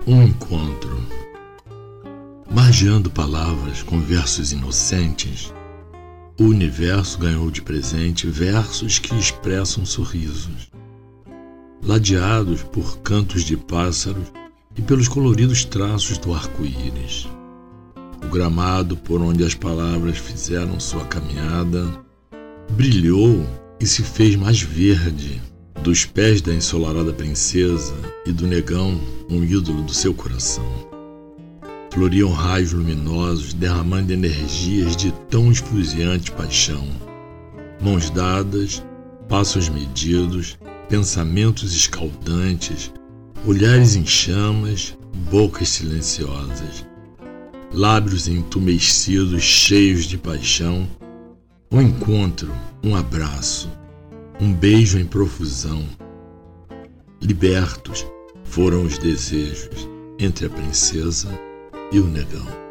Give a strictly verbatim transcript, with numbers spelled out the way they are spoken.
Um encontro. Margeando palavras com versos inocentes, o universo ganhou de presente versos que expressam sorrisos, ladeados por cantos de pássaros e pelos coloridos traços do arco-íris. O gramado por onde as palavras fizeram sua caminhada brilhou e se fez mais verde. Dos pés da ensolarada princesa e do negão, um ídolo do seu coração, floriam raios luminosos derramando energias de tão esfuziante paixão. Mãos dadas, passos medidos, pensamentos escaldantes, olhares em chamas, bocas silenciosas, lábios entumecidos cheios de paixão. Um encontro, um abraço, um beijo em profusão. Libertos foram os desejos entre a princesa e o negão.